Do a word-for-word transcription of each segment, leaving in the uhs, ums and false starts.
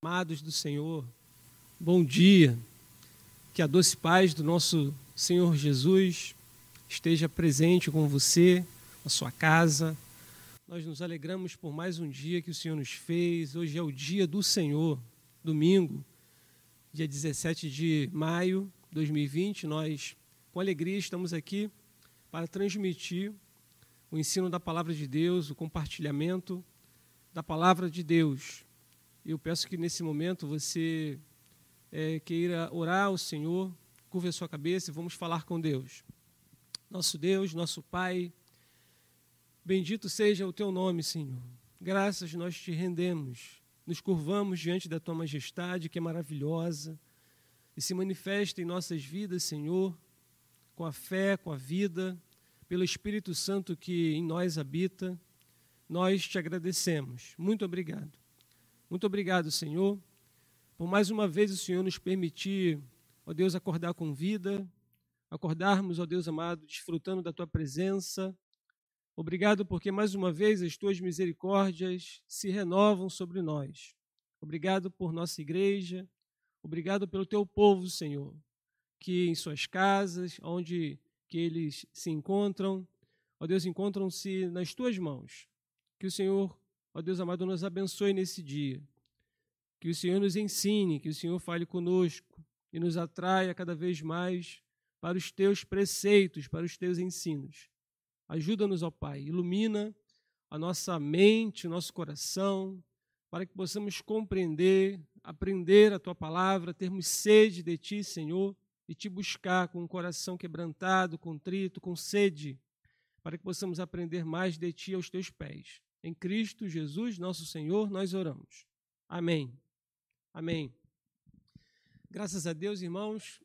Amados do Senhor, bom dia, que a doce paz do nosso Senhor Jesus esteja presente com você, na sua casa. Nós nos alegramos por mais um dia que o Senhor nos fez. Hoje é o dia do Senhor, domingo, dia dezessete de maio de dois mil e vinte. Nós, com alegria, estamos aqui para transmitir o ensino da Palavra de Deus, o compartilhamento da Palavra de Deus. Eu peço que nesse momento você é, queira orar ao Senhor, curva a sua cabeça e vamos falar com Deus. Nosso Deus, nosso Pai, bendito seja o Teu nome, Senhor. Graças nós te rendemos, nos curvamos diante da Tua majestade, que é maravilhosa, e se manifesta em nossas vidas, Senhor, com a fé, com a vida, pelo Espírito Santo que em nós habita. Nós te agradecemos. Muito obrigado. Muito obrigado, Senhor, por mais uma vez o Senhor nos permitir, ó Deus, acordar com vida, acordarmos, ó Deus amado, desfrutando da Tua presença. Obrigado porque mais uma vez as Tuas misericórdias se renovam sobre nós. Obrigado por nossa igreja, obrigado pelo Teu povo, Senhor, que em suas casas, onde que eles se encontram, ó Deus, encontram-se nas Tuas mãos. Que o Senhor, ó Deus amado, nos abençoe nesse dia, que o Senhor nos ensine, que o Senhor fale conosco e nos atraia cada vez mais para os Teus preceitos, para os Teus ensinos. Ajuda-nos, ó Pai, ilumina a nossa mente, o nosso coração, para que possamos compreender, aprender a Tua palavra, termos sede de Ti, Senhor, e Te buscar com um coração quebrantado, contrito, com sede, para que possamos aprender mais de Ti aos Teus pés. Em Cristo Jesus, nosso Senhor, nós oramos. Amém. Amém. Graças a Deus, irmãos,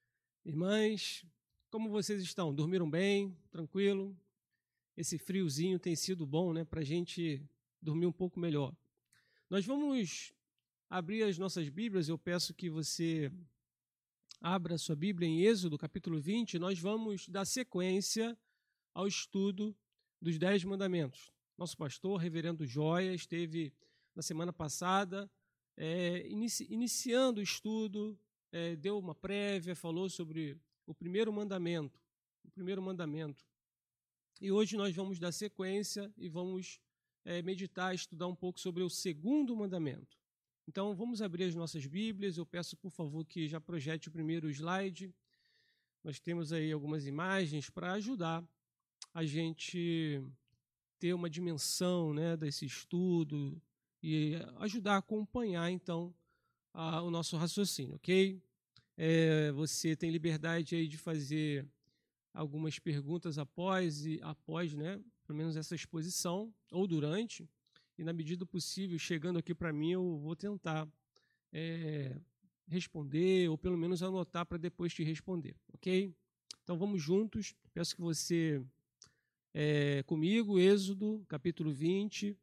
irmãs, como vocês estão? Dormiram bem? Tranquilo? Esse friozinho tem sido bom, né, para a gente dormir um pouco melhor. Nós vamos abrir as nossas Bíblias. Eu peço que você abra a sua Bíblia em Êxodo, capítulo vinte. Nós vamos dar sequência ao estudo dos Dez Mandamentos. Nosso pastor, reverendo Joia, esteve na semana passada é, inici, iniciando o estudo, é, deu uma prévia, falou sobre o primeiro mandamento, o primeiro mandamento. E hoje nós vamos dar sequência e vamos é, meditar, estudar um pouco sobre o segundo mandamento. Então, vamos abrir as nossas Bíblias. Eu peço, por favor, que já projete o primeiro slide. Nós temos aí algumas imagens para ajudar a gente ter uma dimensão, né, desse estudo e ajudar a acompanhar, então, a, o nosso raciocínio, ok? É, você tem liberdade aí de fazer algumas perguntas após, e, após, né, pelo menos essa exposição, ou durante, e na medida do possível, chegando aqui para mim, eu vou tentar é, responder, ou pelo menos anotar para depois te responder, ok? Então, vamos juntos. Peço que você... É, comigo, Êxodo, capítulo vinte,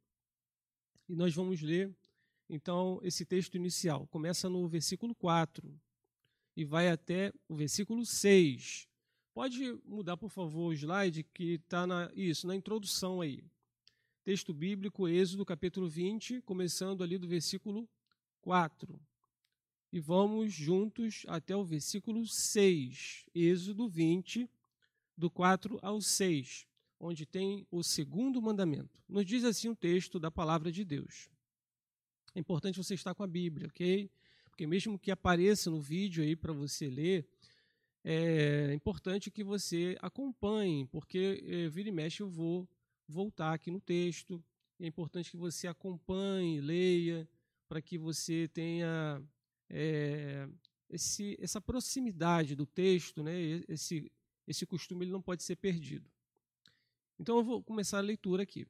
e nós vamos ler, então, esse texto inicial. Começa no versículo quatro e vai até o versículo seis. Pode mudar, por favor, o slide que está na, isso, na introdução aí. Texto bíblico, Êxodo, capítulo vinte, começando ali do versículo quatro. E vamos juntos até o versículo seis. Êxodo vinte, do quatro ao seis. Onde tem o segundo mandamento. Nos diz assim o texto da palavra de Deus. É importante você estar com a Bíblia, ok? Porque mesmo que apareça no vídeo aí para você ler, é importante que você acompanhe, porque é, vira e mexe eu vou voltar aqui no texto. É importante que você acompanhe, leia, para que você tenha é, esse, essa proximidade do texto, né? Esse, esse costume ele não pode ser perdido. Então eu vou começar a leitura aqui.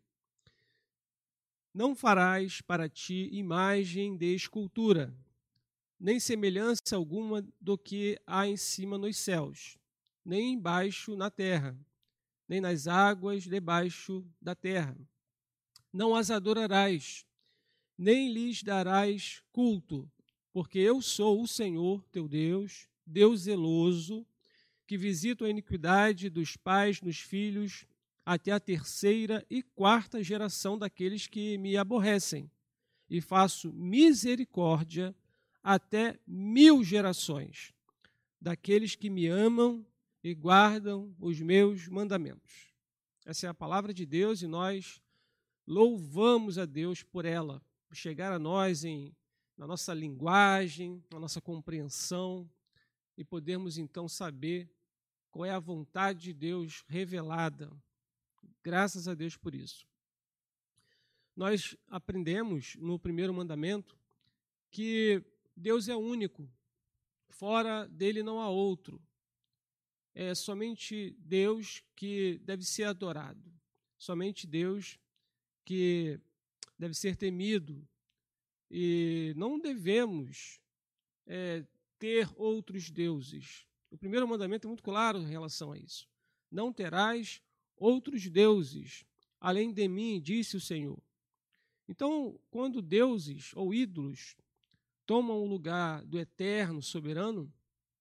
Não farás para ti imagem de escultura, nem semelhança alguma do que há em cima nos céus, nem embaixo na terra, nem nas águas debaixo da terra. Não as adorarás, nem lhes darás culto, porque eu sou o Senhor teu Deus, Deus zeloso, que visito a iniquidade dos pais nos filhos, até a terceira e quarta geração daqueles que me aborrecem, e faço misericórdia até mil gerações daqueles que me amam e guardam os meus mandamentos. Essa é a palavra de Deus e nós louvamos a Deus por ela, por chegar a nós em, na nossa linguagem, na nossa compreensão e podermos então saber qual é a vontade de Deus revelada. Graças a Deus por isso. Nós aprendemos no primeiro mandamento que Deus é único, fora dele não há outro. É somente Deus que deve ser adorado, somente Deus que deve ser temido e não devemos é, ter outros deuses. O primeiro mandamento é muito claro em relação a isso. Não terás outros deuses além de mim, disse o Senhor. Então, quando deuses ou ídolos tomam o lugar do eterno soberano,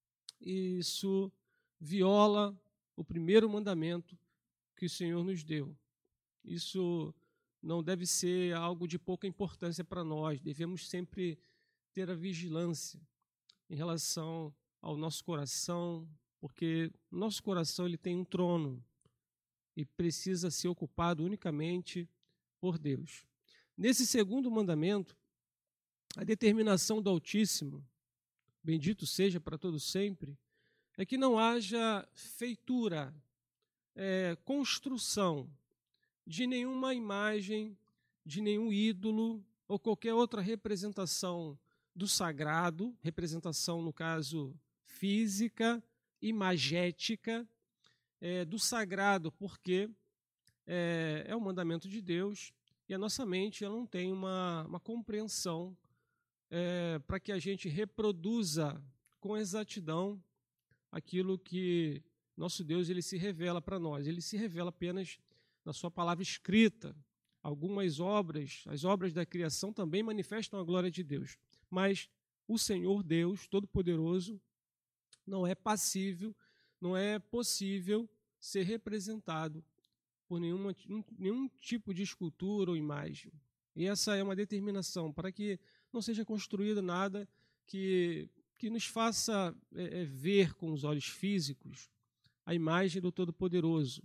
isso viola o primeiro mandamento que o Senhor nos deu. Isso não deve ser algo de pouca importância para nós. Devemos sempre ter a vigilância em relação ao nosso coração, porque o nosso coração ele tem um trono e precisa ser ocupado unicamente por Deus. Nesse segundo mandamento, a determinação do Altíssimo, bendito seja para todo sempre, é que não haja feitura, é, construção de nenhuma imagem, de nenhum ídolo ou qualquer outra representação do sagrado, representação, no caso, física, imagética, é, do sagrado, porque é, é um mandamento de Deus e a nossa mente ela não tem uma, uma compreensão é, para que a gente reproduza com exatidão aquilo que nosso Deus ele se revela para nós. Ele se revela apenas na sua palavra escrita. Algumas obras, as obras da criação também manifestam a glória de Deus. Mas o Senhor Deus Todo-Poderoso não é passível, não é possível ser representado por nenhuma, nenhum tipo de escultura ou imagem. E essa é uma determinação para que não seja construído nada que, que nos faça é, ver com os olhos físicos a imagem do Todo-Poderoso,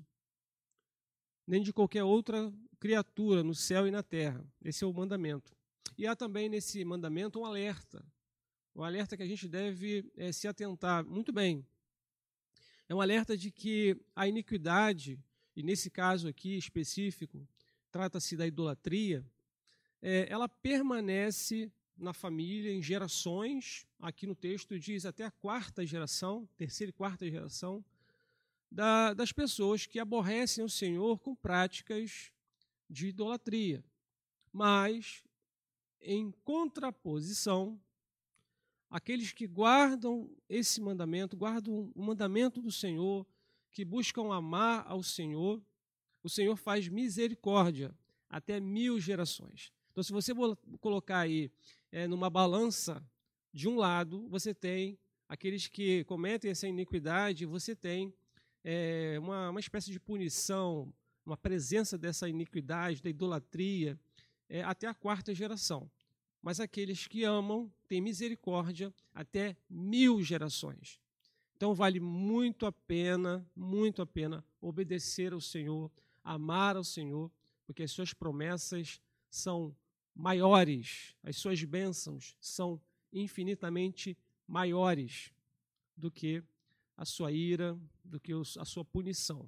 nem de qualquer outra criatura no céu e na terra. Esse é o mandamento. E há também nesse mandamento um alerta, um alerta que a gente deve é, se atentar muito bem. É um alerta de que a iniquidade, e nesse caso aqui específico, trata-se da idolatria, é, ela permanece na família em gerações, aqui no texto diz até a quarta geração, terceira e quarta geração, da, das pessoas que aborrecem o Senhor com práticas de idolatria. Mas, em contraposição, aqueles que guardam esse mandamento, guardam o mandamento do Senhor, que buscam amar ao Senhor, o Senhor faz misericórdia até mil gerações. Então, se você colocar aí é, numa balança, de um lado, você tem aqueles que cometem essa iniquidade, você tem é, uma, uma espécie de punição, uma presença dessa iniquidade, da idolatria, é, até a quarta geração. Mas aqueles que amam têm misericórdia até mil gerações. Então vale muito a pena, muito a pena obedecer ao Senhor, amar ao Senhor, porque as suas promessas são maiores, as suas bênçãos são infinitamente maiores do que a sua ira, do que a sua punição.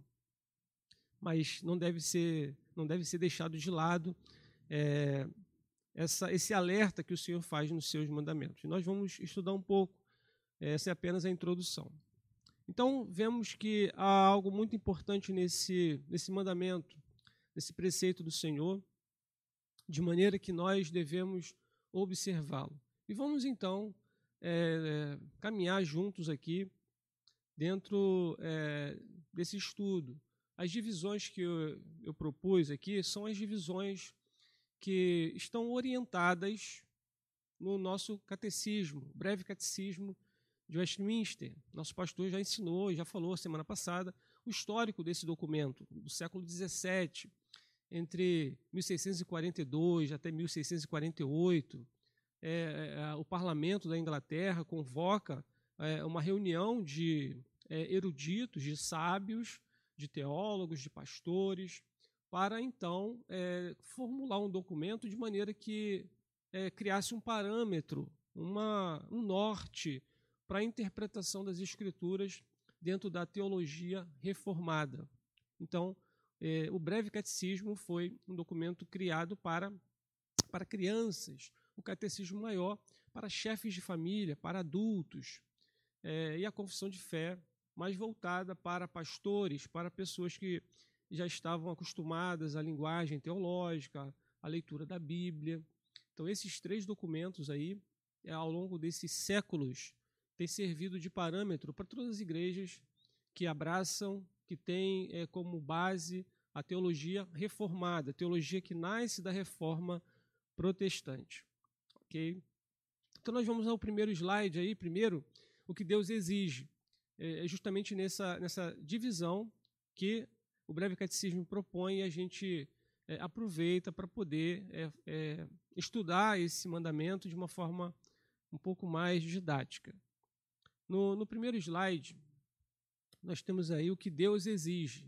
Mas não deve ser, não deve ser deixado de lado é, essa, esse alerta que o Senhor faz nos seus mandamentos. E nós vamos estudar um pouco, essa é apenas a introdução. Então, vemos que há algo muito importante nesse, nesse mandamento, nesse preceito do Senhor, de maneira que nós devemos observá-lo. E vamos, então, é, caminhar juntos aqui dentro é, desse estudo. As divisões que eu, eu propus aqui são as divisões que estão orientadas no nosso catecismo, breve catecismo de Westminster. Nosso pastor já ensinou, já falou semana passada, o histórico desse documento, do século dezessete, entre mil seiscentos e quarenta e dois até mil seiscentos e quarenta e oito, é, é, o parlamento da Inglaterra convoca é, uma reunião de é, eruditos, de sábios, de teólogos, de pastores, para então é, formular um documento de maneira que é, criasse um parâmetro, uma, um norte para a interpretação das Escrituras dentro da teologia reformada. Então, eh, o Breve Catecismo foi um documento criado para, para crianças, o Catecismo Maior para chefes de família, para adultos, eh, e a Confissão de Fé mais voltada para pastores, para pessoas que já estavam acostumadas à linguagem teológica, à leitura da Bíblia. Então, esses três documentos aí, ao longo desses séculos, têm servido de parâmetro para todas as igrejas que abraçam, que têm é, como base a teologia reformada, a teologia que nasce da reforma protestante. Ok? Então, nós vamos ao primeiro slide aí, primeiro, o que Deus exige. É justamente nessa, nessa divisão que o Breve Catecismo propõe e a gente é, aproveita para poder é, é, estudar esse mandamento de uma forma um pouco mais didática. No, no primeiro slide, nós temos aí o que Deus exige.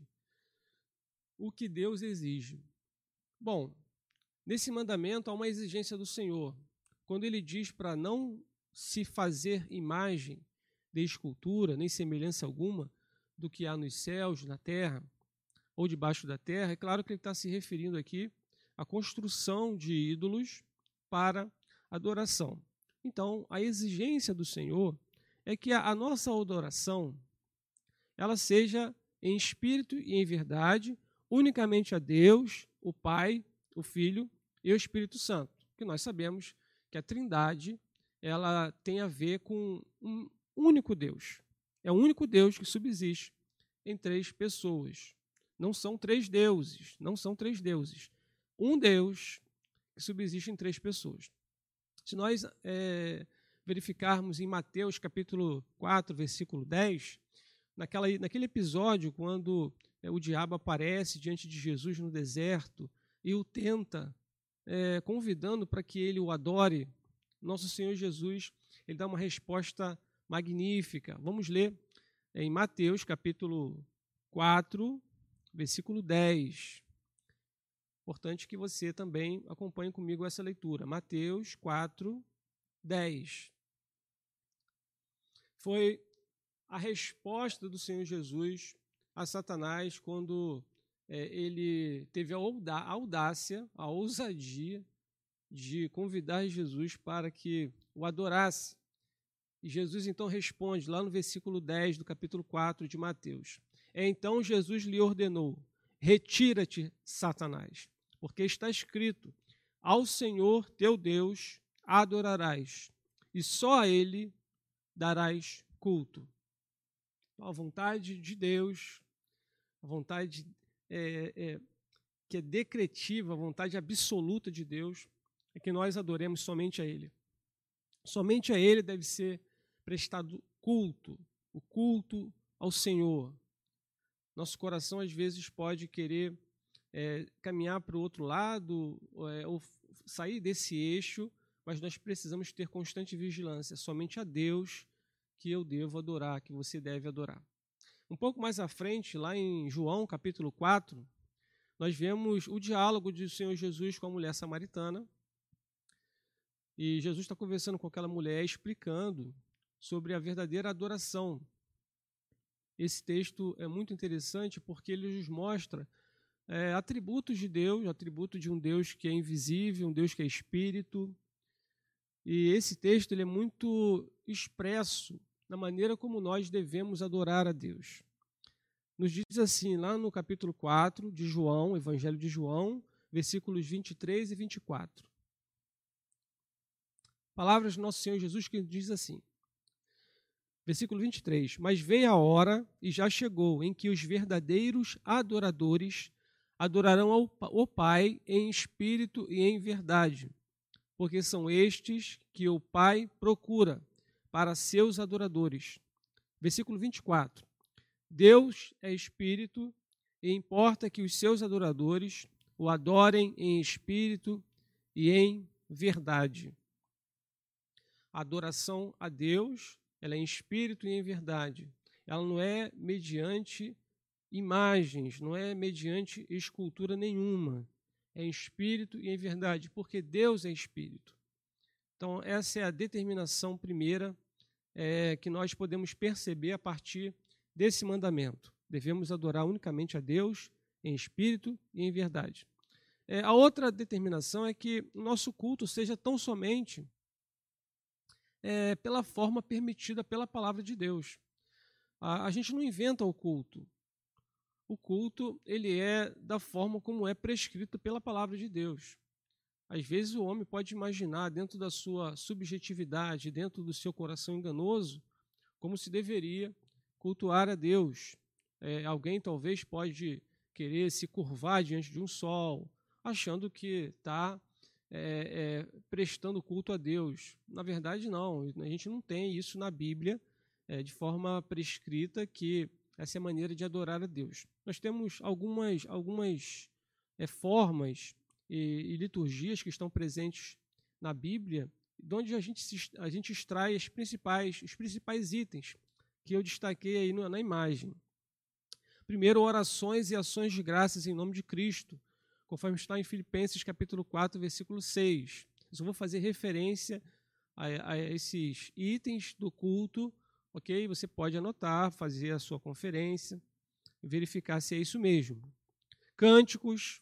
O que Deus exige. Bom, nesse mandamento há uma exigência do Senhor. Quando ele diz para não se fazer imagem de escultura, nem semelhança alguma do que há nos céus, na terra ou debaixo da terra, é claro que ele está se referindo aqui à construção de ídolos para adoração. Então, a exigência do Senhor é que a, a nossa adoração ela seja em espírito e em verdade, unicamente a Deus, o Pai, o Filho e o Espírito Santo, que nós sabemos que a Trindade ela tem a ver com um único Deus. É o único Deus que subsiste em três pessoas. Não são três deuses, não são três deuses. Um Deus que subsiste em três pessoas. Se nós é, verificarmos em Mateus capítulo quatro, versículo dez, naquela, naquele episódio quando é, o diabo aparece diante de Jesus no deserto e o tenta, é, convidando para que ele o adore, nosso Senhor Jesus ele dá uma resposta magnífica. Vamos ler em Mateus capítulo quatro, versículo dez. Importante que você também acompanhe comigo essa leitura. Mateus quatro, dez. Foi a resposta do Senhor Jesus a Satanás quando é, ele teve a audácia, a ousadia de convidar Jesus para que o adorasse. E Jesus então responde lá no versículo dez do capítulo quatro de Mateus. Então Jesus lhe ordenou: retira-te, Satanás, porque está escrito: ao Senhor teu Deus adorarás, e só a Ele darás culto. Então, a vontade de Deus, a vontade é, é, que é decretiva, a vontade absoluta de Deus, é que nós adoremos somente a Ele. Somente a Ele deve ser prestado culto, o culto ao Senhor. Nosso coração, às vezes, pode querer é, caminhar para o outro lado, é, ou sair desse eixo, mas nós precisamos ter constante vigilância. Somente a Deus que eu devo adorar, que você deve adorar. Um pouco mais à frente, lá em João, capítulo quatro, nós vemos o diálogo do Senhor Jesus com a mulher samaritana. E Jesus está conversando com aquela mulher, explicando sobre a verdadeira adoração. Esse texto é muito interessante porque ele nos mostra é, atributos de Deus, atributos de um Deus que é invisível, um Deus que é espírito. E esse texto ele é muito expresso na maneira como nós devemos adorar a Deus. Nos diz assim, lá no capítulo quatro de João, Evangelho de João, versículos vinte e três e vinte e quatro. Palavras do nosso Senhor Jesus que diz assim, versículo vinte e três, mas vem a hora, e já chegou, em que os verdadeiros adoradores adorarão ao, ao Pai em espírito e em verdade, porque são estes que o Pai procura para seus adoradores. Versículo vinte e quatro, Deus é espírito e importa que os seus adoradores o adorem em espírito e em verdade. A adoração a Deus, ela é em espírito e em verdade. Ela não é mediante imagens, não é mediante escultura nenhuma. É em espírito e em verdade, porque Deus é espírito. Então, essa é a determinação primeira é, que nós podemos perceber a partir desse mandamento. Devemos adorar unicamente a Deus em espírito e em verdade. É, a outra determinação é que o nosso culto seja tão somente é, pela forma permitida pela palavra de Deus. A, a gente não inventa o culto. O culto ele é da forma como é prescrito pela palavra de Deus. Às vezes o homem pode imaginar, dentro da sua subjetividade, dentro do seu coração enganoso, como se deveria cultuar a Deus. É, alguém talvez pode querer se curvar diante de um sol, achando que está é, é, prestando culto a Deus. Na verdade, não. A gente não tem isso na Bíblia é, de forma prescrita, que essa é a maneira de adorar a Deus. Nós temos algumas, algumas é, formas e, e liturgias que estão presentes na Bíblia, de onde a gente, a gente extrai as principais, os principais itens que eu destaquei aí na imagem. Primeiro, orações e ações de graças em nome de Cristo, conforme está em Filipenses capítulo quatro, versículo seis. Eu vou fazer referência a, a esses itens do culto, ok? Você pode anotar, fazer a sua conferência e verificar se é isso mesmo. Cânticos,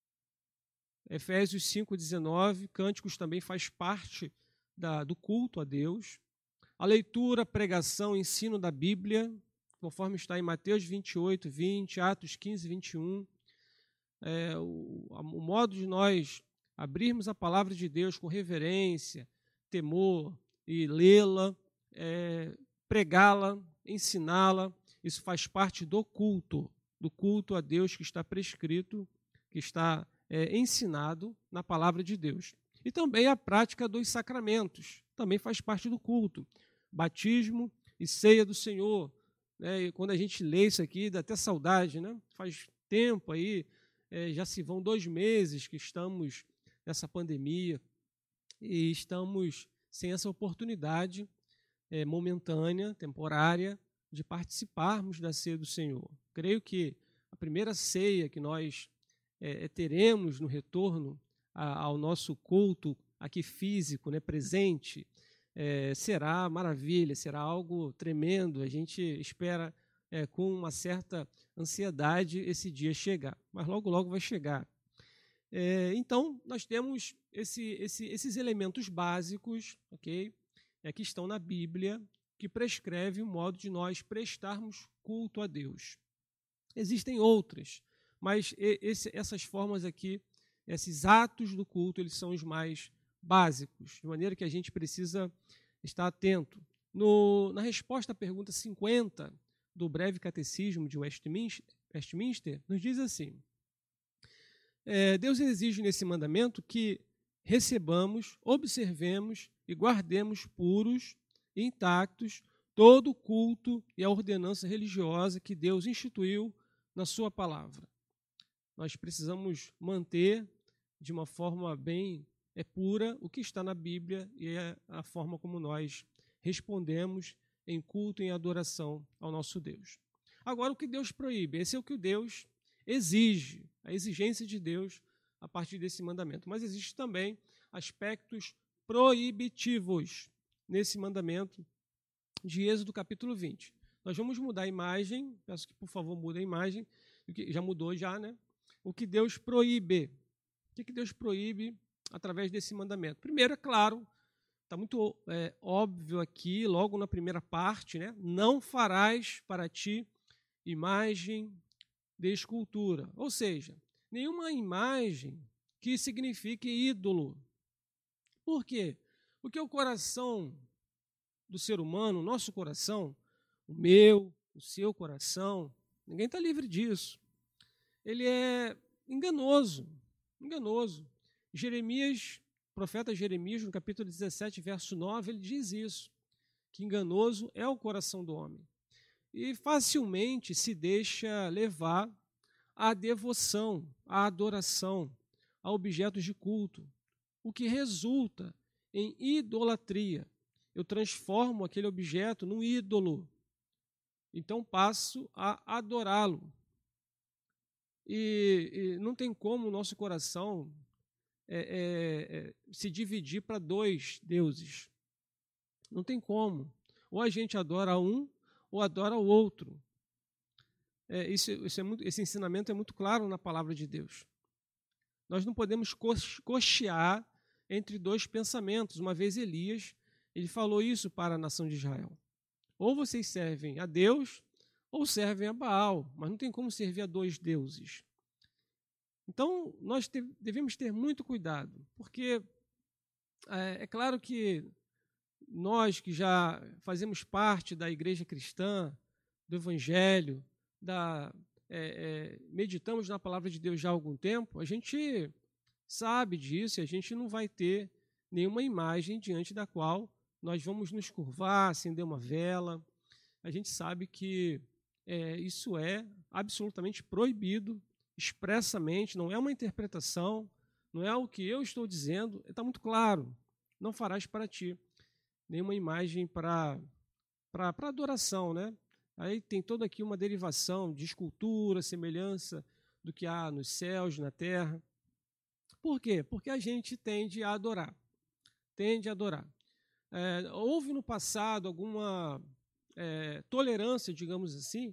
Efésios cinco, dezenove, cânticos também faz parte da, do culto a Deus. A leitura, pregação, ensino da Bíblia, conforme está em Mateus vinte e oito, vinte, Atos quinze, vinte e um. É, o, o modo de nós abrirmos a palavra de Deus com reverência, temor e lê-la, é, pregá-la, ensiná-la, isso faz parte do culto, do culto a Deus que está prescrito, que está é, ensinado na palavra de Deus. E também a prática dos sacramentos, também faz parte do culto. Batismo e ceia do Senhor. Né? E quando a gente lê isso aqui, dá até saudade, né? Faz tempo aí, é, já se vão dois meses que estamos nessa pandemia e estamos sem essa oportunidade é, momentânea, temporária, de participarmos da ceia do Senhor. Creio que a primeira ceia que nós é, teremos no retorno a, ao nosso culto aqui físico, né, presente, é, será maravilha, será algo tremendo. A gente espera é, com uma certa ansiedade esse dia chegar, mas logo, logo vai chegar. É, então, nós temos esse, esse, esses elementos básicos, ok? É, que estão na Bíblia, que prescreve o modo de nós prestarmos culto a Deus. Existem outras, mas esse, essas formas aqui, esses atos do culto, eles são os mais básicos, de maneira que a gente precisa estar atento. No, na resposta à pergunta cinquenta do breve catecismo de Westminster, Westminster nos diz assim: é, Deus exige nesse mandamento que recebamos, observemos e guardemos puros e intactos todo o culto e a ordenança religiosa que Deus instituiu na sua palavra. Nós precisamos manter de uma forma bem é, pura o que está na Bíblia e é a forma como nós respondemos em culto e em adoração ao nosso Deus. Agora, o que Deus proíbe? Esse é o que Deus exige, a exigência de Deus a partir desse mandamento. Mas existem também aspectos proibitivos nesse mandamento de Êxodo capítulo vinte. Nós vamos mudar a imagem, peço que por favor mude a imagem, já mudou já, né? O que Deus proíbe. O que Deus proíbe através desse mandamento? Primeiro, é claro, está muito é, óbvio aqui, logo na primeira parte, né? Não farás para ti imagem de escultura. Ou seja, nenhuma imagem que signifique ídolo. Por quê? Porque o coração do ser humano, o nosso coração, o meu, o seu coração, ninguém está livre disso. Ele é enganoso, enganoso. Jeremias, o profeta Jeremias, no capítulo dezessete, verso nove, ele diz isso, que enganoso é o coração do homem. E facilmente se deixa levar à devoção, à adoração, a objetos de culto, o que resulta em idolatria. Eu transformo aquele objeto num ídolo, então passo a adorá-lo. E, e não tem como o nosso coração é, é, é, se dividir para dois deuses. Não tem como. Ou a gente adora um, ou adora o outro. É, isso, isso é muito, esse ensinamento é muito claro na palavra de Deus. Nós não podemos cochear entre dois pensamentos. Uma vez Elias, ele falou isso para a nação de Israel. Ou vocês servem a Deus, ou servem a Baal, mas não tem como servir a dois deuses. Então, nós te, devemos ter muito cuidado, porque é, é claro que nós que já fazemos parte da igreja cristã, do evangelho, da, é, é, meditamos na palavra de Deus já há algum tempo, a gente sabe disso e a gente não vai ter nenhuma imagem diante da qual nós vamos nos curvar, acender uma vela. A gente sabe que é, isso é absolutamente proibido, expressamente, não é uma interpretação, não é o que eu estou dizendo, está muito claro, não farás para ti nenhuma imagem para para adoração, né? Aí tem toda aqui uma derivação de escultura, semelhança do que há nos céus, na terra. Por quê? Porque a gente tende a adorar, tende a adorar. É, houve no passado alguma é, tolerância, digamos assim,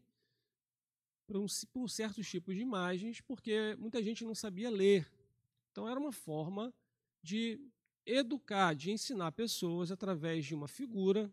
por, um, por certos tipos de imagens, porque muita gente não sabia ler. Então era uma forma de educar, de ensinar pessoas através de uma figura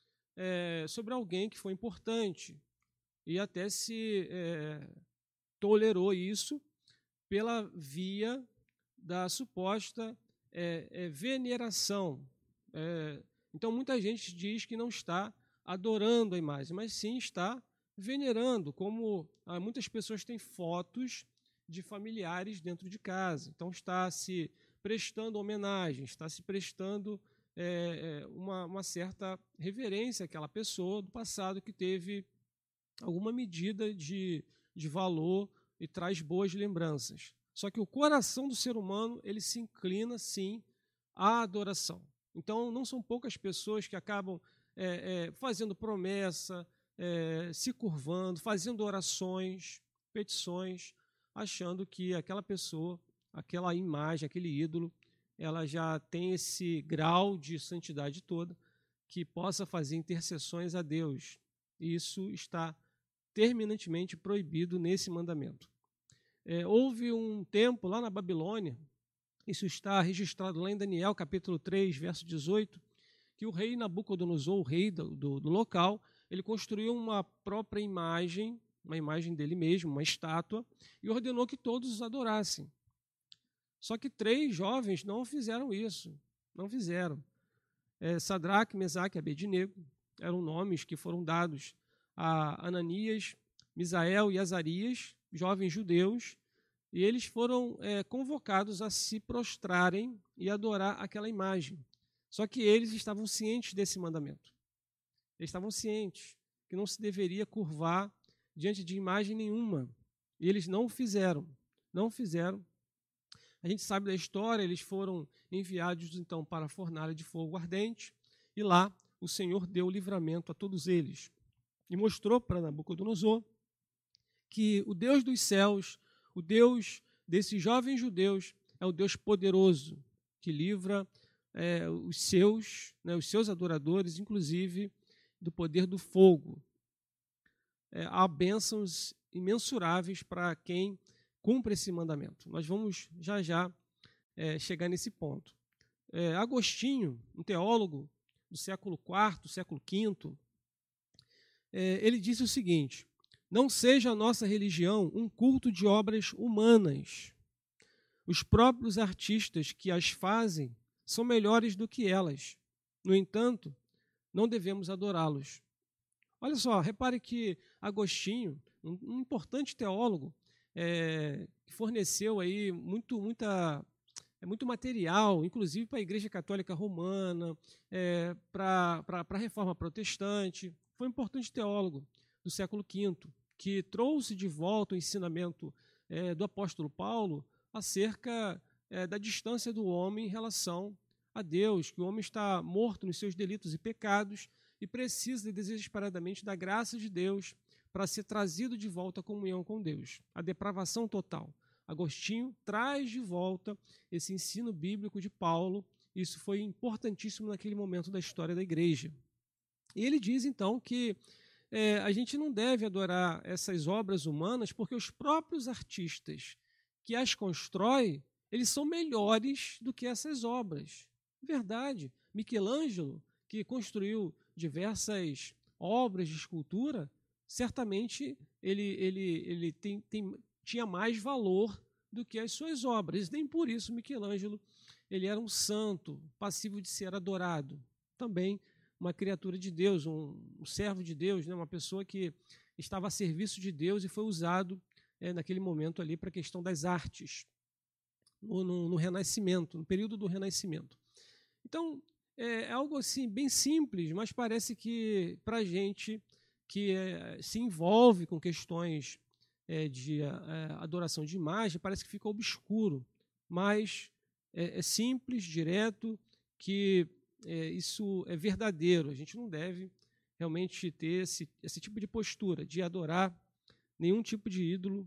é, sobre alguém que foi importante. E até se é, tolerou isso pela via da suposta é, é, veneração. É, então muita gente diz que não está adorando a imagem, mas sim está venerando, como ah, muitas pessoas têm fotos de familiares dentro de casa. Então está se prestando homenagem, está se prestando é, uma, uma certa reverência àquela pessoa do passado que teve alguma medida de, de valor e traz boas lembranças. Só que o coração do ser humano, ele se inclina, sim, à adoração. Então, não são poucas pessoas que acabam é, é, fazendo promessa, é, se curvando, fazendo orações, petições, achando que aquela pessoa, aquela imagem, aquele ídolo, ela já tem esse grau de santidade toda que possa fazer intercessões a Deus. E isso está terminantemente proibido nesse mandamento. É, houve um tempo lá na Babilônia, isso está registrado lá em Daniel, capítulo três, verso dezoito, que o rei Nabucodonosor, o rei do, do, do local, ele construiu uma própria imagem, uma imagem dele mesmo, uma estátua, e ordenou que todos os adorassem. Só que três jovens não fizeram isso, não fizeram. É, Sadraque, Mesaque e Abednego eram nomes que foram dados a Ananias, Misael e Azarias, jovens judeus, e eles foram é, convocados a se prostrarem e adorar aquela imagem. Só que eles estavam cientes desse mandamento. Eles estavam cientes que não se deveria curvar diante de imagem nenhuma. E eles não fizeram. Não fizeram. A gente sabe da história, eles foram enviados então para a fornalha de fogo ardente, e lá o Senhor deu livramento a todos eles. E mostrou para Nabucodonosor que o Deus dos céus, o Deus desses jovens judeus, é o Deus poderoso, que livra é, os seus, né, os seus adoradores, inclusive do poder do fogo. É, há bênçãos imensuráveis para quem cumpre esse mandamento. Nós vamos já já é, chegar nesse ponto. É, Agostinho, um teólogo do século quarto, século quinto, é, ele disse o seguinte: não seja a nossa religião um culto de obras humanas. Os próprios artistas que as fazem são melhores do que elas. No entanto, não devemos adorá-los. Olha só, repare que Agostinho, um, um importante teólogo, é, que forneceu aí muito, muita, é, muito material, inclusive para a Igreja Católica Romana, é, para a Reforma Protestante, foi um importante teólogo do século quinto, que trouxe de volta o ensinamento é, do apóstolo Paulo acerca é, da distância do homem em relação a Deus, que o homem está morto nos seus delitos e pecados e precisa desesperadamente da graça de Deus para ser trazido de volta à comunhão com Deus. A depravação total. Agostinho traz de volta esse ensino bíblico de Paulo. Isso foi importantíssimo naquele momento da história da igreja. E ele diz, então, que é, a gente não deve adorar essas obras humanas porque os próprios artistas que as constroem, eles são melhores do que essas obras. Verdade. Michelangelo, que construiu diversas obras de escultura, certamente ele, ele, ele tem, tem, tinha mais valor do que as suas obras. Nem por isso Michelangelo ele era um santo, passível de ser adorado. Também uma criatura de Deus, um, um servo de Deus, né? Uma pessoa que estava a serviço de Deus e foi usado é, naquele momento ali para a questão das artes, no, no, no Renascimento, no período do Renascimento. Então, é algo assim bem simples, mas parece que para a gente que é, se envolve com questões é, de é, adoração de imagem, parece que fica obscuro, mas é, é simples, direto, que é, isso é verdadeiro. A gente não deve realmente ter esse, esse tipo de postura, de adorar nenhum tipo de ídolo,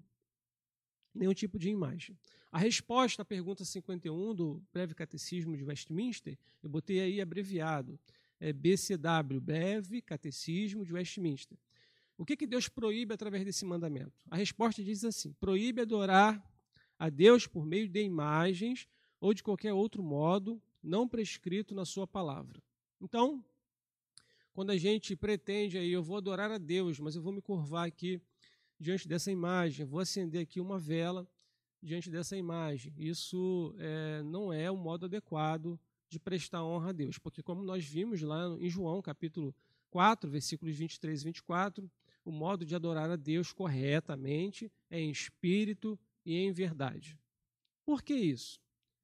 nenhum tipo de imagem. A resposta à pergunta cinquenta e um do Breve Catecismo de Westminster, eu botei aí abreviado, é B C W, Breve Catecismo de Westminster. O que, que Deus proíbe através desse mandamento? A resposta diz assim: proíbe adorar a Deus por meio de imagens ou de qualquer outro modo não prescrito na sua palavra. Então, quando a gente pretende aí, eu vou adorar a Deus, mas eu vou me curvar aqui diante dessa imagem, vou acender aqui uma vela diante dessa imagem. Isso é, não é o modo adequado de prestar honra a Deus, porque como nós vimos lá em João, capítulo quatro, versículos vinte e três e vinte e quatro, o modo de adorar a Deus corretamente é em espírito e em verdade. Por que isso?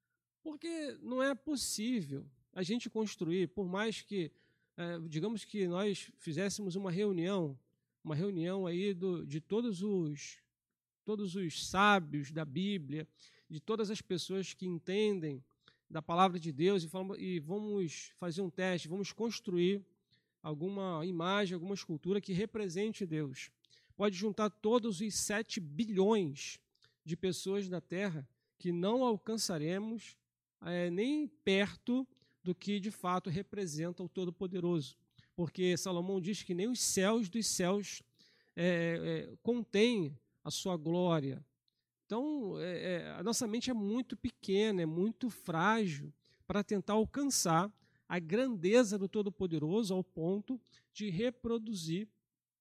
Porque não é possível a gente construir, por mais que, é, digamos que nós fizéssemos uma reunião, uma reunião aí do, de todos os, todos os sábios da Bíblia, de todas as pessoas que entendem da palavra de Deus e, falam, e vamos fazer um teste, vamos construir alguma imagem, alguma escultura que represente Deus. Pode juntar todos os sete bilhões de pessoas da Terra que não alcançaremos é, nem perto do que de fato representa o Todo-Poderoso. Porque Salomão diz que nem os céus dos céus é, é, contêm a sua glória. Então, é, é, a nossa mente é muito pequena, é muito frágil para tentar alcançar a grandeza do Todo-Poderoso ao ponto de reproduzir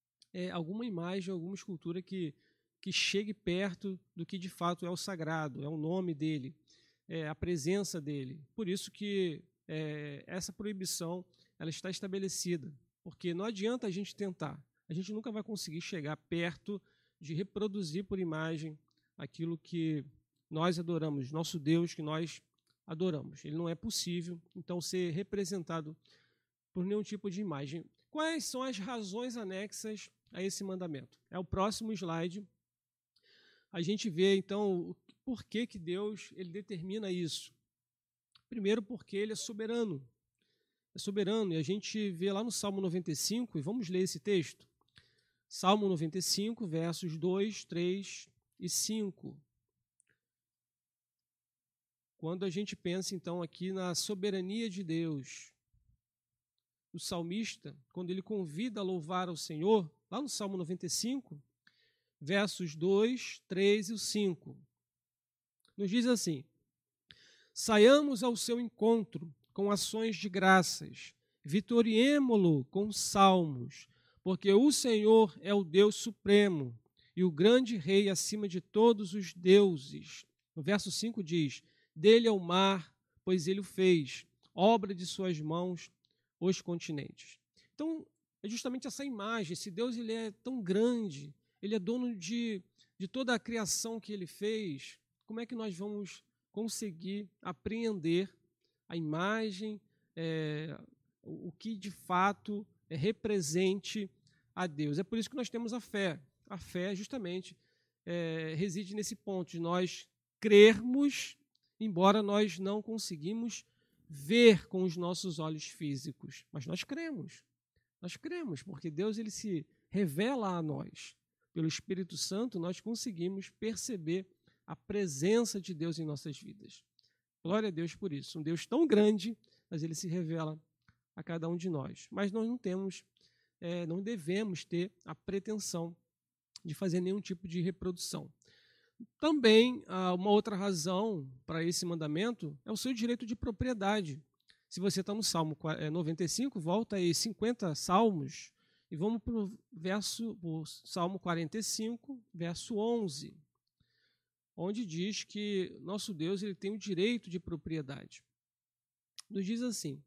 é, alguma imagem, alguma escultura que, que chegue perto do que de fato é o sagrado, é o nome dele, é a presença dele. Por isso que é, essa proibição ela está estabelecida, porque não adianta a gente tentar, a gente nunca vai conseguir chegar perto de reproduzir por imagem aquilo que nós adoramos, nosso Deus que nós adoramos. Ele não é possível, então, ser representado por nenhum tipo de imagem. Quais são as razões anexas a esse mandamento? É o próximo slide. A gente vê, então, por que, que Deus ele determina isso. Primeiro, porque ele é soberano. É soberano, e a gente vê lá no Salmo noventa e cinco, e vamos ler esse texto. Salmo noventa e cinco, versos dois, três e cinco. Quando a gente pensa, então, aqui na soberania de Deus, o salmista, quando ele convida a louvar ao Senhor, lá no Salmo noventa e cinco, versos dois, três e cinco, nos diz assim: saiamos ao seu encontro com ações de graças, vitoriemo-lo com salmos, porque o Senhor é o Deus supremo e o grande rei acima de todos os deuses. No verso cinco diz: dele é o mar, pois ele o fez, obra de suas mãos, os continentes. Então, é justamente essa imagem, esse Deus ele é tão grande, ele é dono de, de toda a criação que ele fez, como é que nós vamos conseguir apreender a imagem, é, o que de fato é, represente a Deus? É por isso que nós temos a fé. A fé, justamente, é, reside nesse ponto de nós crermos, embora nós não conseguimos ver com os nossos olhos físicos, mas nós cremos. Nós cremos, porque Deus ele se revela a nós. Pelo Espírito Santo, nós conseguimos perceber a presença de Deus em nossas vidas. Glória a Deus por isso. Um Deus tão grande, mas ele se revela a cada um de nós. Mas nós não temos, é, não devemos ter a pretensão de fazer nenhum tipo de reprodução. Também, uma outra razão para esse mandamento é o seu direito de propriedade. Se você está no Salmo noventa e cinco, volta aí cinquenta salmos e vamos para o verso, o Salmo quarenta e cinco, verso onze, onde diz que nosso Deus ele tem o direito de propriedade. Nos diz assim: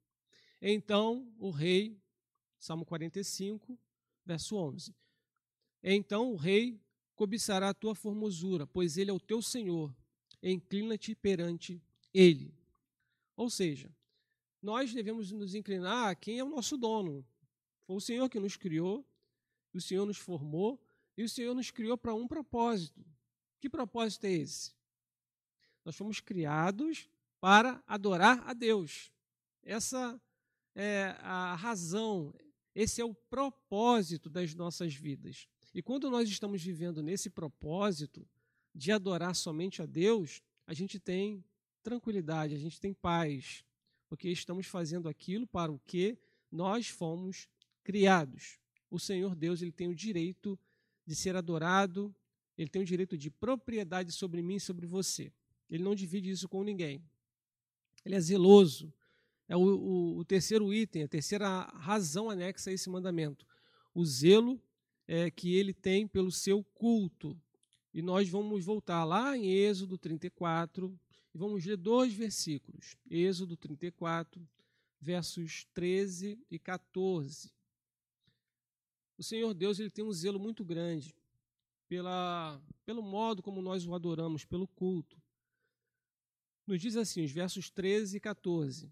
então o rei, Salmo quarenta e cinco, verso onze, então o rei cobiçará a tua formosura, pois ele é o teu Senhor, inclina-te perante ele. Ou seja, nós devemos nos inclinar a quem é o nosso dono. Foi o Senhor que nos criou, o Senhor nos formou, e o Senhor nos criou para um propósito. Que propósito é esse? Nós fomos criados para adorar a Deus. Essa é a razão, esse é o propósito das nossas vidas. E quando nós estamos vivendo nesse propósito de adorar somente a Deus, a gente tem tranquilidade, a gente tem paz, porque estamos fazendo aquilo para o que nós fomos criados. O Senhor Deus ele tem o direito de ser adorado, ele tem o direito de propriedade sobre mim e sobre você. Ele não divide isso com ninguém. Ele é zeloso. É o, o, o terceiro item, a terceira razão anexa a esse mandamento. O zelo é, que ele tem pelo seu culto. E nós vamos voltar lá em Êxodo trinta e quatro e vamos ler dois versículos. Êxodo trinta e quatro, versos treze e quatorze. O Senhor Deus ele tem um zelo muito grande pela, pelo modo como nós o adoramos, pelo culto. Nos diz assim, os versos treze e quatorze.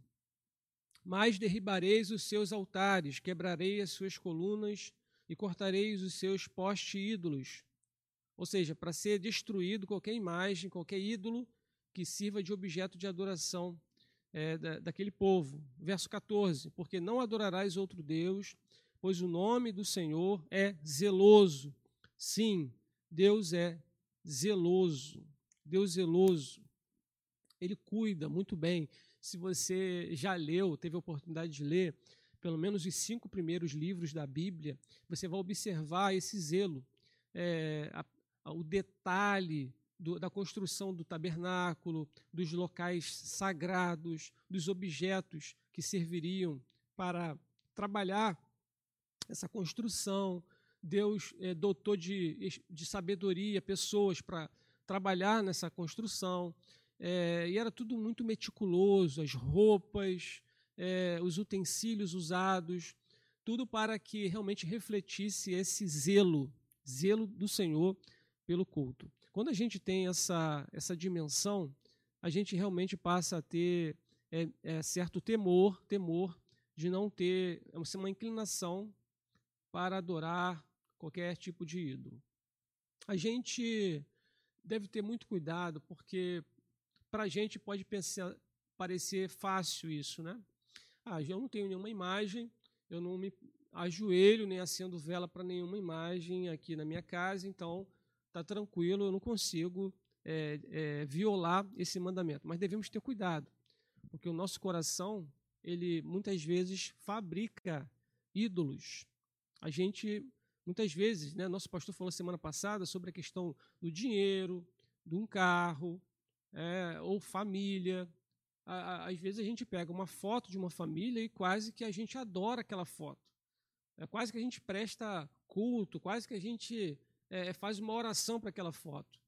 Mas derribareis os seus altares, quebrarei as suas colunas e cortareis os seus postes ídolos. Ou seja, para ser destruído qualquer imagem, qualquer ídolo que sirva de objeto de adoração é, da, daquele povo. Verso quatorze. Porque não adorarás outro Deus, pois o nome do Senhor é zeloso. Sim, Deus é zeloso. Deus zeloso. Ele cuida muito bem. Se você já leu, teve a oportunidade de ler, pelo menos os cinco primeiros livros da Bíblia, você vai observar esse zelo, é, a, a, o detalhe do, da construção do tabernáculo, dos locais sagrados, dos objetos que serviriam para trabalhar essa construção. Deus é, dotou de, de sabedoria pessoas para trabalhar nessa construção. É, e era tudo muito meticuloso, as roupas, é, os utensílios usados, tudo para que realmente refletisse esse zelo, zelo do Senhor pelo culto. Quando a gente tem essa, essa dimensão, a gente realmente passa a ter é, é, certo temor, temor de não ter uma inclinação para adorar qualquer tipo de ídolo. A gente deve ter muito cuidado, porque para a gente pode pensar, parecer fácil isso, né? Ah, eu não tenho nenhuma imagem, eu não me ajoelho nem acendo vela para nenhuma imagem aqui na minha casa, então está tranquilo, eu não consigo é, é, violar esse mandamento. Mas devemos ter cuidado, porque o nosso coração, ele muitas vezes fabrica ídolos. A gente, muitas vezes, né, nosso pastor falou semana passada sobre a questão do dinheiro, de um carro, É, ou família. Às vezes a gente pega uma foto de uma família e quase que a gente adora aquela foto. É quase que a gente presta culto, quase que a gente é, faz uma oração para aquela foto.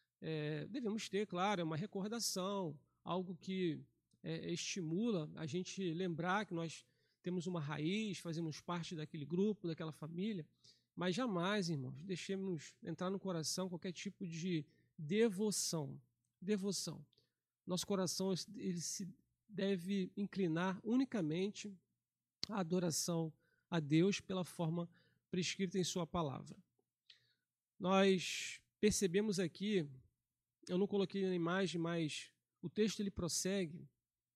É, devemos ter, claro, uma recordação, algo que é, estimula a gente lembrar que nós temos uma raiz, fazemos parte daquele grupo, daquela família, mas jamais, irmãos, deixemos entrar no coração qualquer tipo de devoção. Devoção. Nosso coração ele se deve inclinar unicamente à adoração a Deus pela forma prescrita em sua palavra. Nós percebemos aqui, eu não coloquei na imagem, mas o texto ele prossegue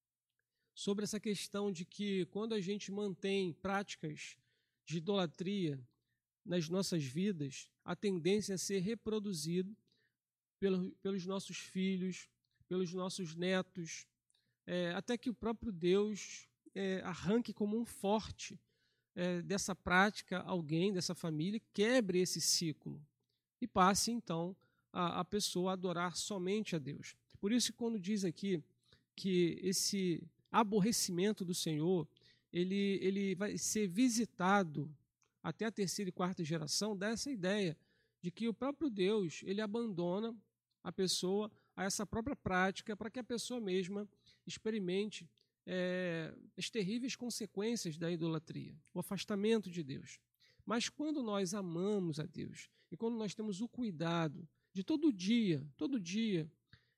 sobre essa questão de que quando a gente mantém práticas de idolatria nas nossas vidas, a tendência é ser reproduzido pelo, pelos nossos filhos, pelos nossos netos, é, até que o próprio Deus é, arranque como um forte é, dessa prática alguém, dessa família, quebre esse ciclo e passe então a, a pessoa a adorar somente a Deus. Por isso, quando diz aqui que esse aborrecimento do Senhor, ele, ele vai ser visitado até a terceira e quarta geração, dá essa ideia de que o próprio Deus ele abandona a pessoa a essa própria prática para que a pessoa mesma experimente é, as terríveis consequências da idolatria, o afastamento de Deus. Mas quando nós amamos a Deus e quando nós temos o cuidado de todo dia, todo dia,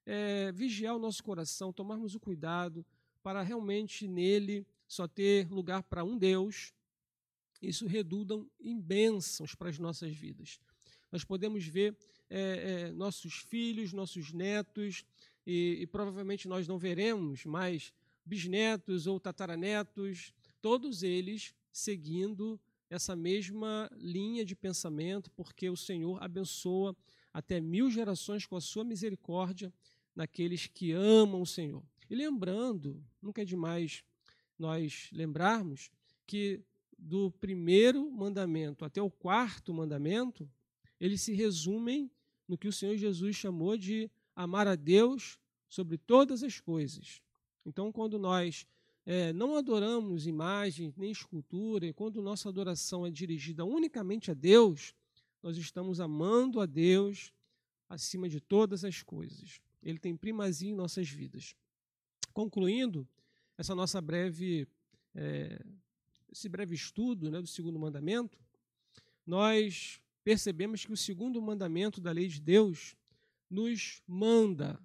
é, vigiar o nosso coração, tomarmos o cuidado para realmente nele só ter lugar para um Deus, isso redunda em bênçãos para as nossas vidas. Nós podemos ver é, é, nossos filhos, nossos netos, e, e provavelmente nós não veremos mais bisnetos ou tataranetos, todos eles seguindo essa mesma linha de pensamento, porque o Senhor abençoa até mil gerações com a sua misericórdia naqueles que amam o Senhor. E lembrando, nunca é demais nós lembrarmos que do primeiro mandamento até o quarto mandamento, eles se resumem no que o Senhor Jesus chamou de amar a Deus sobre todas as coisas. Então, quando nós é, não adoramos imagem nem escultura, e quando nossa adoração é dirigida unicamente a Deus, nós estamos amando a Deus acima de todas as coisas. Ele tem primazia em nossas vidas. Concluindo essa nossa breve, é, esse breve estudo, né, do segundo mandamento, nós percebemos que o segundo mandamento da lei de Deus nos manda,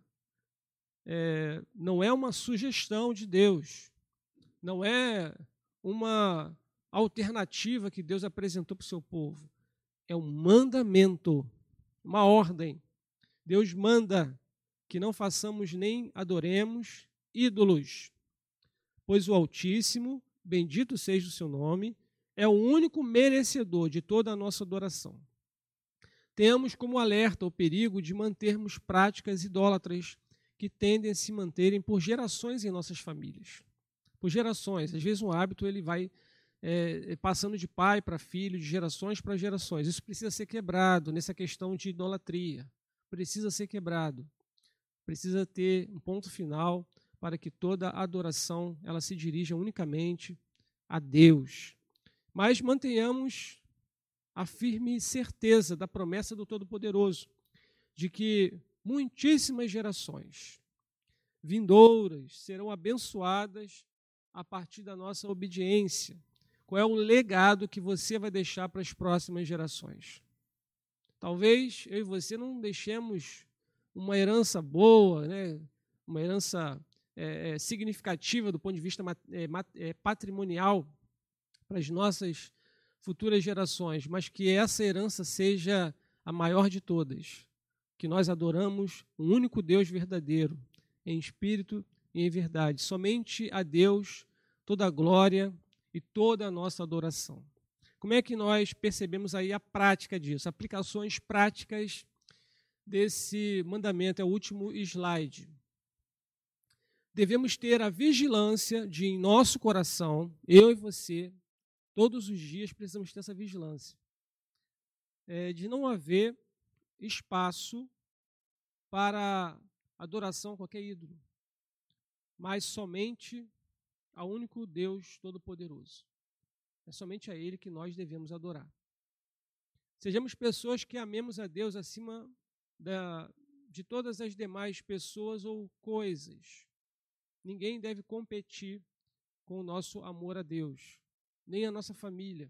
é, não é uma sugestão de Deus, não é uma alternativa que Deus apresentou para o seu povo, é um mandamento, uma ordem. Deus manda que não façamos nem adoremos ídolos, pois o Altíssimo, bendito seja o seu nome, é o único merecedor de toda a nossa adoração. Temos como alerta o perigo de mantermos práticas idólatras que tendem a se manterem por gerações em nossas famílias. Por gerações. Às vezes um hábito ele vai é, passando de pai para filho, de gerações para gerações. Isso precisa ser quebrado nessa questão de idolatria. Precisa ser quebrado. Precisa ter um ponto final para que toda a adoração ela se dirija unicamente a Deus. Mas mantenhamos a firme certeza da promessa do Todo-Poderoso, de que muitíssimas gerações vindouras serão abençoadas a partir da nossa obediência. Qual é o legado que você vai deixar para as próximas gerações? Talvez eu e você não deixemos uma herança boa, né? Uma herança é, significativa do ponto de vista é, patrimonial para as nossas futuras gerações, mas que essa herança seja a maior de todas, que nós adoramos um único Deus verdadeiro, em espírito e em verdade. Somente a Deus toda a glória e toda a nossa adoração. Como é que nós percebemos aí a prática disso? Aplicações práticas desse mandamento, é o último slide. Devemos ter a vigilância de, em nosso coração, eu e você, todos os dias precisamos ter essa vigilância, é, de não haver espaço para adoração a qualquer ídolo, mas somente ao único Deus Todo-Poderoso. É somente a Ele que nós devemos adorar. Sejamos pessoas que amemos a Deus acima da, de todas as demais pessoas ou coisas. Ninguém deve competir com o nosso amor a Deus, nem a nossa família,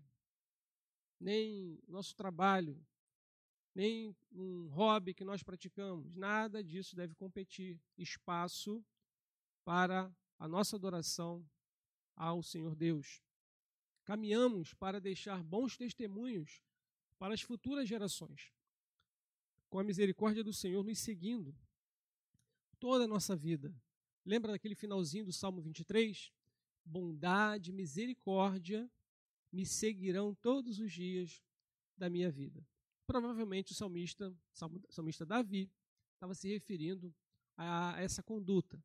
nem o nosso trabalho, nem um hobby que nós praticamos. Nada disso deve competir. Espaço para a nossa adoração ao Senhor Deus. Caminhamos para deixar bons testemunhos para as futuras gerações. com a misericórdia do Senhor nos seguindo toda a nossa vida. Lembra daquele finalzinho do Salmo vinte e três? Bondade e misericórdia me seguirão todos os dias da minha vida. Provavelmente o salmista, o salmista Davi estava se referindo a essa conduta.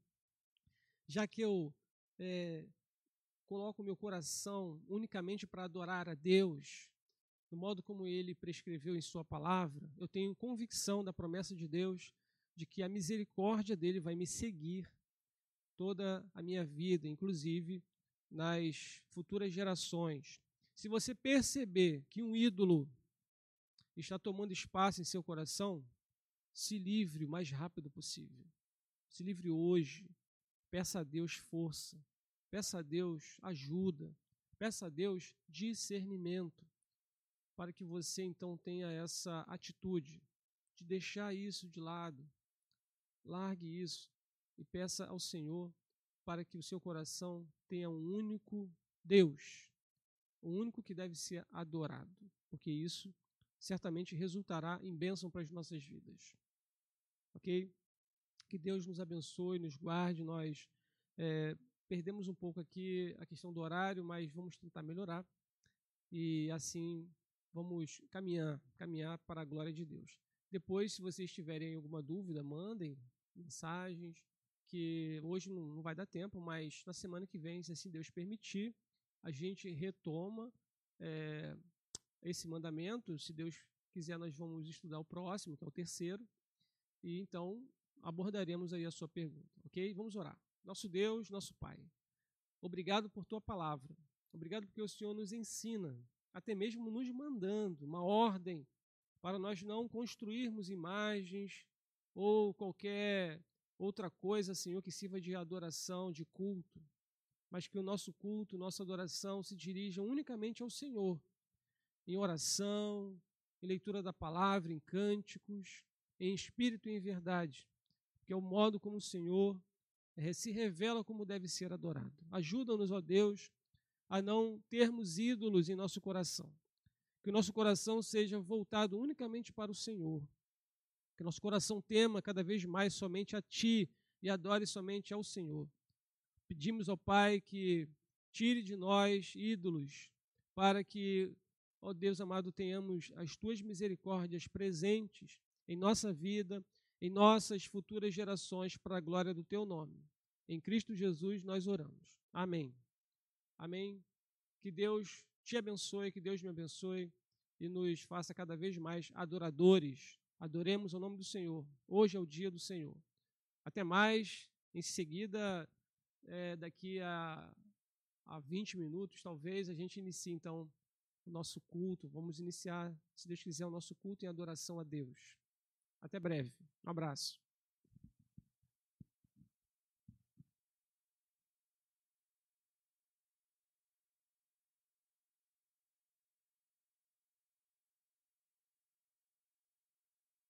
Já que eu é, coloco o meu coração unicamente para adorar a Deus, do modo como Ele prescreveu em sua palavra, eu tenho convicção da promessa de Deus de que a misericórdia dele vai me seguir toda a minha vida, inclusive nas futuras gerações. Se você perceber que um ídolo está tomando espaço em seu coração, se livre o mais rápido possível. Se livre hoje. Peça a Deus força. Peça a Deus ajuda. Peça a Deus discernimento, para que você então tenha essa atitude de deixar isso de lado. Largue isso e peça ao Senhor para que o seu coração tenha um único Deus, o único que deve ser adorado, porque isso certamente resultará em bênção para as nossas vidas. Ok? Que Deus nos abençoe, nos guarde. Nós é, perdemos um pouco aqui a questão do horário, mas vamos tentar melhorar e assim vamos caminhar, caminhar para a glória de Deus. Depois, se vocês tiverem alguma dúvida, mandem mensagens, que hoje não, não vai dar tempo, mas na semana que vem, se assim Deus permitir, a gente retoma é, esse mandamento. Se Deus quiser, nós vamos estudar o próximo, que é o terceiro, e então abordaremos aí a sua pergunta, ok? Vamos orar. Nosso Deus, nosso Pai, obrigado por tua palavra, obrigado porque o Senhor nos ensina, até mesmo nos mandando uma ordem para nós não construirmos imagens ou qualquer outra coisa, Senhor, que sirva de adoração, de culto, mas que o nosso culto, nossa adoração se dirija unicamente ao Senhor, em oração, em leitura da palavra, em cânticos, em espírito e em verdade, que é o modo como o Senhor se revela como deve ser adorado. Ajuda-nos, ó Deus, a não termos ídolos em nosso coração, que o nosso coração seja voltado unicamente para o Senhor, que nosso coração tema cada vez mais somente a Ti e adore somente ao Senhor. Pedimos ao Pai que tire de nós ídolos, para que, ó Deus amado, tenhamos as Tuas misericórdias presentes em nossa vida, em nossas futuras gerações, para a glória do Teu nome. Em Cristo Jesus nós oramos. Amém. Amém. Que Deus te abençoe, que Deus me abençoe e nos faça cada vez mais adoradores. Adoremos o nome do Senhor. Hoje é o dia do Senhor. Até mais. Em seguida, é, daqui a, a vinte minutos, talvez, a gente inicie, então, o nosso culto. Vamos iniciar, se Deus quiser, o nosso culto em adoração a Deus. Até breve. Um abraço.